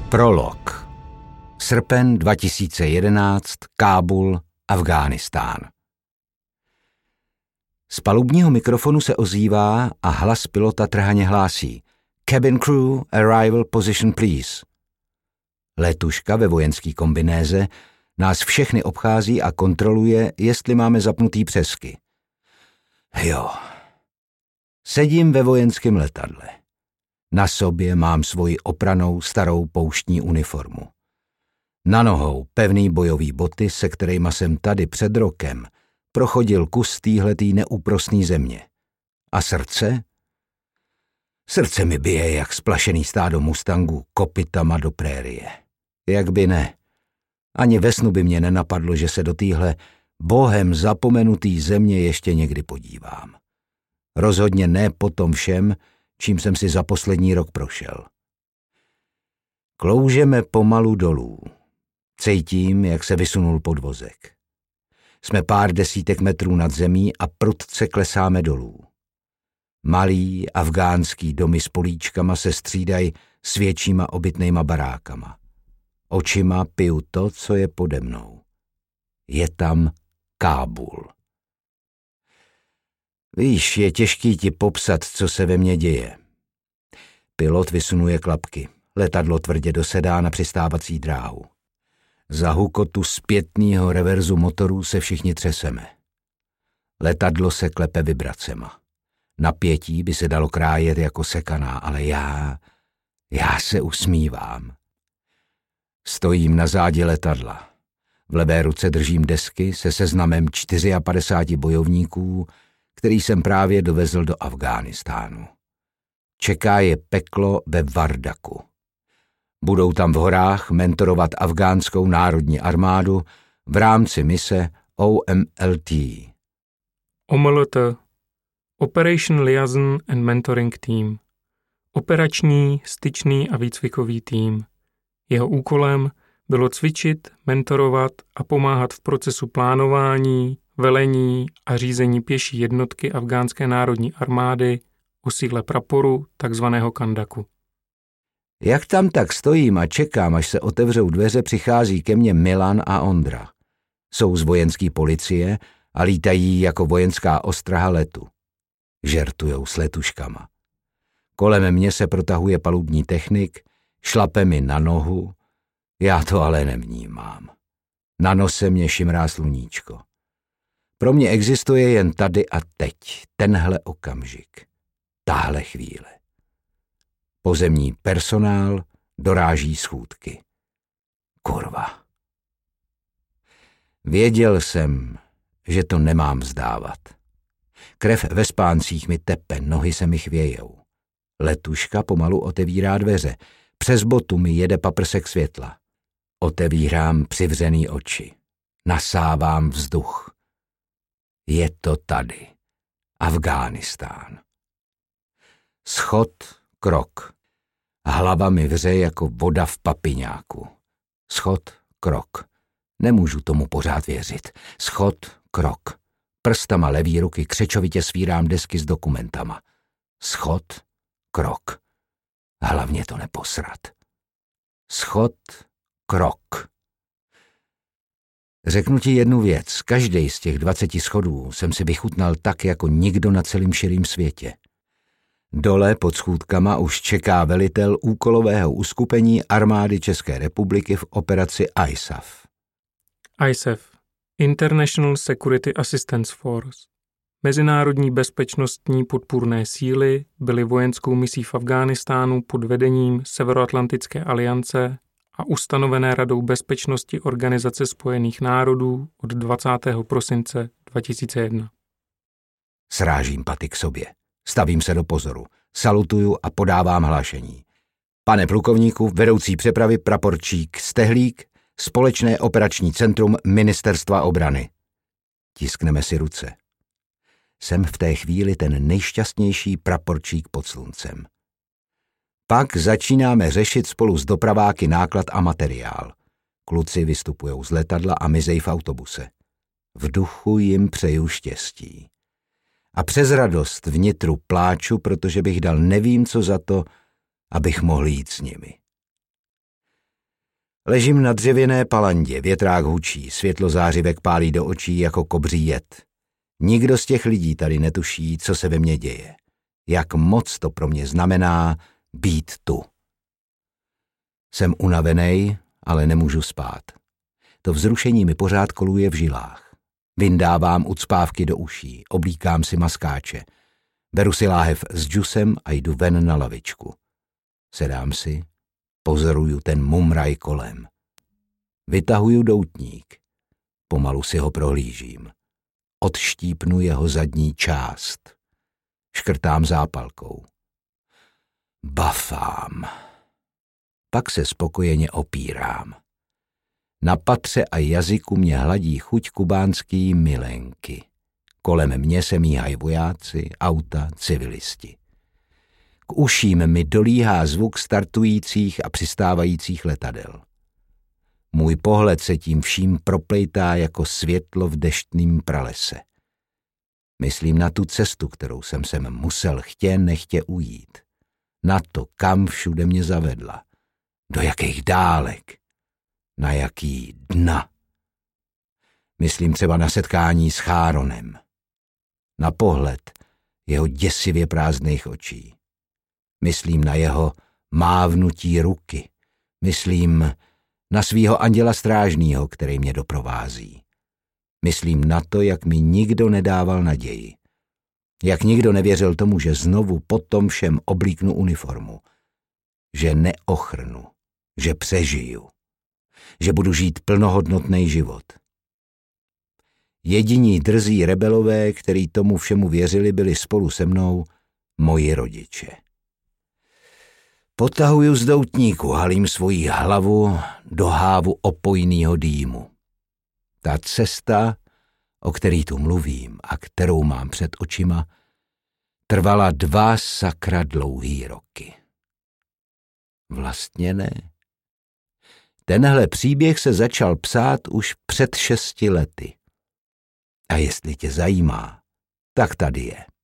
Prolog. Srpen 2011, Kábul, Afghánistán. Z palubního mikrofonu se ozývá a hlas pilota trhaně hlásí: Cabin crew, arrival position please. Letuška ve vojenský kombinéze nás všechny obchází a kontroluje, jestli máme zapnutý přesky. Jo. Sedím ve vojenském letadle. Na sobě mám svoji opranou starou pouštní uniformu. Na nohou pevný bojový boty, se kterýma jsem tady před rokem prochodil kus týhletý neúprosný země. A srdce? Srdce mi bije jak splašený stádo mustangů kopytama do prérie. Jak by ne. Ani ve snu by mě nenapadlo, že se do téhle bohem zapomenutý země ještě někdy podívám. Rozhodně ne po tom všem, čím jsem si za poslední rok prošel. Kloužeme pomalu dolů. Cítím, jak se vysunul podvozek. Jsme pár desítek metrů nad zemí a prudce klesáme dolů. Malý afgánský domy s políčkama se střídají s většíma obytnejma barákama. Očima piju to, co je pode mnou. Je tam Kábul. Víš, je těžký ti popsat, co se ve mně děje. Pilot vysunuje klapky. Letadlo tvrdě dosedá na přistávací dráhu. Za hukotu zpětného reverzu motorů se všichni třeseme. Letadlo se klepe vibracema. Napětí by se dalo krájet jako sekaná, ale já se usmívám. Stojím na zádě letadla. V levé ruce držím desky se seznamem 54 bojovníků, který jsem právě dovezl do Afghánistánu. Čeká je peklo ve Vardaku. Budou tam v horách mentorovat afgánskou národní armádu v rámci mise OMLT. OMLT Operation Liaison and Mentoring Team. Operační, styčný a výcvikový tým. Jeho úkolem bylo cvičit, mentorovat a pomáhat v procesu plánování, velení a řízení pěší jednotky afgánské národní armády o sídle praporu, takzvaného Kandaku. Jak tam tak stojím a čekám, až se otevřou dveře, přichází ke mně Milan a Ondra. Jsou z vojenské policie a lítají jako vojenská ostraha letu. Žertujou s letuškama. Kolem mě se protahuje palubní technik, šlape mi na nohu, já to ale nevnímám. Na nose mě šimrá sluníčko. Pro mě existuje jen tady a teď, tenhle okamžik, tahle chvíle. Pozemní personál doráží schůdky. Kurva. Věděl jsem, že to nemám vzdávat. Krev ve spáncích mi tepe, nohy se mi chvějou. Letuška pomalu otevírá dveře. Přes botu mi jede paprsek světla. Otevírám přivřený oči. Nasávám vzduch. Je to tady. Afghánistán. Schod, krok. Hlava mi vře jako voda v papiňáku. Schod, krok. Nemůžu tomu pořád věřit. Schod, krok. Prstama levý ruky křečovitě svírám desky s dokumentama. Schod, krok. Hlavně to neposrat. Schod, krok. Řeknu ti jednu věc. Každej z těch 20 schodů jsem si vychutnal tak, jako nikdo na celém širým světě. Dole pod schůdkama už čeká velitel úkolového uskupení armády České republiky v operaci ISAF. ISAF, International Security Assistance Force. Mezinárodní bezpečnostní podpůrné síly byly vojenskou misí v Afghánistánu pod vedením Severoatlantické aliance a ustanovené Radou bezpečnosti Organizace spojených národů od 20. prosince 2001. Srážím paty k sobě. Stavím se do pozoru. Salutuju a podávám hlášení. Pane plukovníku, vedoucí přepravy praporčík Stehlík, Společné operační centrum Ministerstva obrany. Tiskneme si ruce. Jsem v té chvíli ten nejšťastnější praporčík pod sluncem. Pak začínáme řešit spolu s dopraváky náklad a materiál. Kluci vystupujou z letadla a mizejí v autobuse. V duchu jim přeju štěstí. A přes radost vnitru pláču, protože bych dal nevím co za to, abych mohl jít s nimi. Ležím na dřevěné palandě, větrák hučí, světlo zářivek pálí do očí jako kobří jed. Nikdo z těch lidí tady netuší, co se ve mně děje. Jak moc to pro mě znamená být tu. Jsem unavenej, ale nemůžu spát. To vzrušení mi pořád koluje v žilách. Vyndávám ucpávky do uší, oblíkám si maskáče. Beru si láhev s džusem a jdu ven na lavičku. Sedám si, pozoruju ten mumraj kolem. Vytahuju doutník. Pomalu si ho prohlížím. Odštípnu jeho zadní část. Škrtám zápalkou. Bafám. Pak se spokojeně opírám. Na patře a jazyku mě hladí chuť kubánský milenky. Kolem mě se míhají vojáci, auta, civilisti. K uším mi dolíhá zvuk startujících a přistávajících letadel. Můj pohled se tím vším proplejtá jako světlo v deštném pralese. Myslím na tu cestu, kterou jsem sem musel chtě nechtě ujít. Na to, kam všude mě zavedla. Do jakých dálek. Na jaký dna. Myslím třeba na setkání s Cháronem. Na pohled jeho děsivě prázdných očí. Myslím na jeho mávnutí ruky. Myslím na svýho anděla strážnýho, který mě doprovází. Myslím na to, jak mi nikdo nedával naději. Jak nikdo nevěřil tomu, že znovu po tom všem oblíknu uniformu. Že neochrnu. Že přežiju. Že budu žít plnohodnotný život. Jediní drzí rebelové, kteří tomu všemu věřili, byli spolu se mnou moji rodiče. Potahuju z doutníku, halím svoji hlavu do hávu opojného dýmu. Ta cesta, o který tu mluvím a kterou mám před očima, trvala 2 sakra dlouhý roky. Vlastně ne. Tenhle příběh se začal psát už před 6 lety. A jestli tě zajímá, tak tady je.